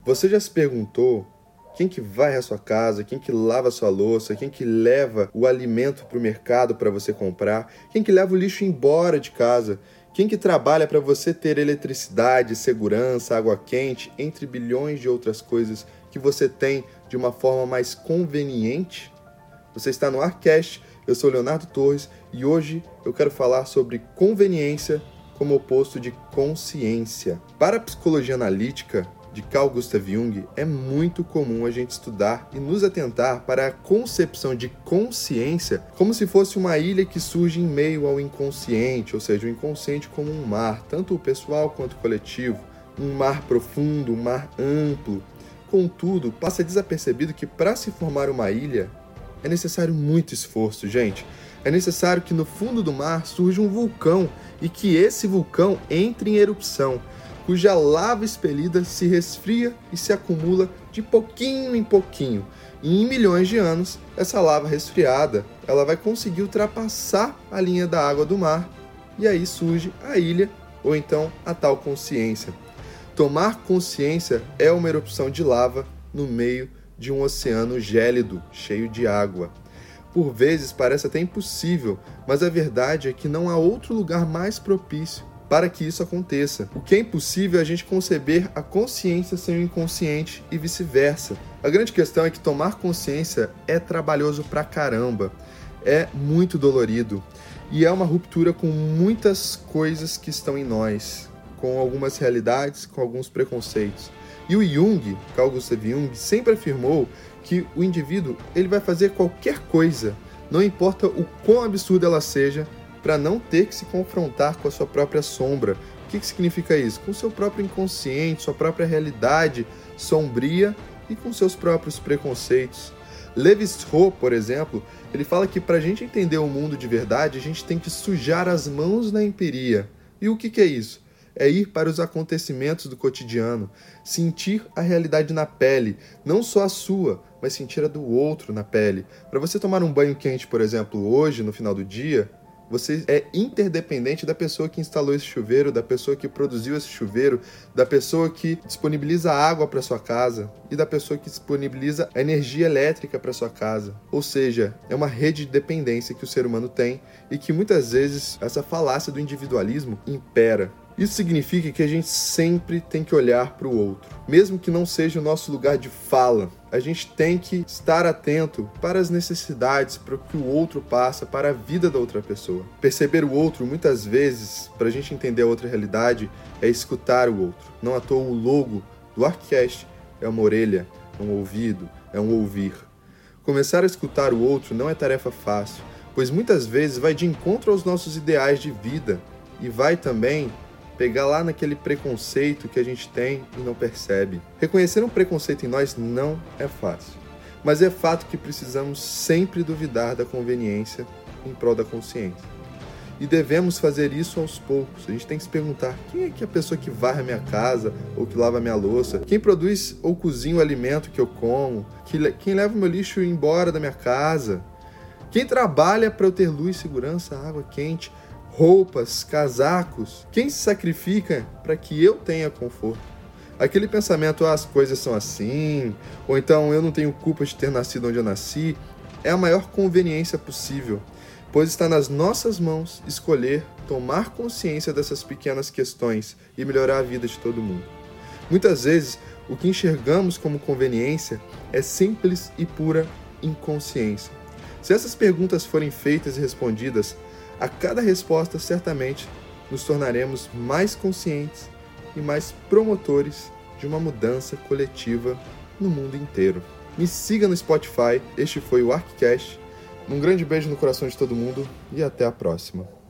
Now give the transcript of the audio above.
Você já se perguntou quem que varre a sua casa, quem que lava a sua louça, quem que leva o alimento para o mercado para você comprar, quem que leva o lixo embora de casa, quem que trabalha para você ter eletricidade, segurança, água quente, entre bilhões de outras coisas que você tem de uma forma mais conveniente? Você está no ArcCast, eu sou Leonardo Torres e hoje eu quero falar sobre conveniência como oposto de consciência. Para a psicologia analítica de Carl Gustav Jung, é muito comum a gente estudar e nos atentar para a concepção de consciência como se fosse uma ilha que surge em meio ao inconsciente, ou seja, o inconsciente como um mar, tanto o pessoal quanto o coletivo, um mar profundo, um mar amplo. Contudo, passa desapercebido que para se formar uma ilha é necessário muito esforço, gente. É necessário que no fundo do mar surja um vulcão e que esse vulcão entre em erupção, cuja lava expelida se resfria e se acumula de pouquinho em pouquinho. E em milhões de anos, essa lava resfriada ela vai conseguir ultrapassar a linha da água do mar e aí surge a ilha ou então a tal consciência. Tomar consciência é uma erupção de lava no meio de um oceano gélido, cheio de água. Por vezes parece até impossível, mas a verdade é que não há outro lugar mais propício para que isso aconteça. O que é impossível é a gente conceber a consciência sem o inconsciente e vice-versa. A grande questão é que tomar consciência é trabalhoso pra caramba, é muito dolorido e é uma ruptura com muitas coisas que estão em nós, com algumas realidades, com alguns preconceitos. E o Jung, Carl Gustav Jung, sempre afirmou que o indivíduo ele vai fazer qualquer coisa, não importa o quão absurda ela seja, para não ter que se confrontar com a sua própria sombra. O que significa isso? Com o seu próprio inconsciente, sua própria realidade sombria e com seus próprios preconceitos. Lévi-Strauss, por exemplo, ele fala que para a gente entender o mundo de verdade, a gente tem que sujar as mãos na empiria. E o que é isso? É ir para os acontecimentos do cotidiano, sentir a realidade na pele, não só a sua, mas sentir a do outro na pele. Para você tomar um banho quente, por exemplo, hoje, no final do dia, você é interdependente da pessoa que instalou esse chuveiro, da pessoa que produziu esse chuveiro, da pessoa que disponibiliza água para sua casa e da pessoa que disponibiliza a energia elétrica para sua casa. Ou seja, é uma rede de dependência que o ser humano tem e que muitas vezes essa falácia do individualismo impera. Isso significa que a gente sempre tem que olhar para o outro, mesmo que não seja o nosso lugar de fala. A gente tem que estar atento para as necessidades, para o que o outro passa, para a vida da outra pessoa. Perceber o outro, muitas vezes, para a gente entender a outra realidade, é escutar o outro. Não à toa o logo do ArcCast é uma orelha, é um ouvido, é um ouvir. Começar a escutar o outro não é tarefa fácil, pois muitas vezes vai de encontro aos nossos ideais de vida e vai também pegar lá naquele preconceito que a gente tem e não percebe. Reconhecer um preconceito em nós não é fácil, mas é fato que precisamos sempre duvidar da conveniência em prol da consciência. E devemos fazer isso aos poucos. A gente tem que se perguntar, quem é que é a pessoa que varre a minha casa ou que lava a minha louça? Quem produz ou cozinha o alimento que eu como? Quem leva o meu lixo embora da minha casa? Quem trabalha para eu ter luz, segurança, água quente, roupas, casacos? Quem se sacrifica para que eu tenha conforto? Aquele pensamento, as coisas são assim, ou então eu não tenho culpa de ter nascido onde eu nasci, é a maior conveniência possível, pois está nas nossas mãos escolher tomar consciência dessas pequenas questões e melhorar a vida de todo mundo. Muitas vezes, o que enxergamos como conveniência é simples e pura inconsciência. Se essas perguntas forem feitas e respondidas, a cada resposta, certamente, nos tornaremos mais conscientes e mais promotores de uma mudança coletiva no mundo inteiro. Me siga no Spotify, este foi o ArcCast. Um grande beijo no coração de todo mundo e até a próxima.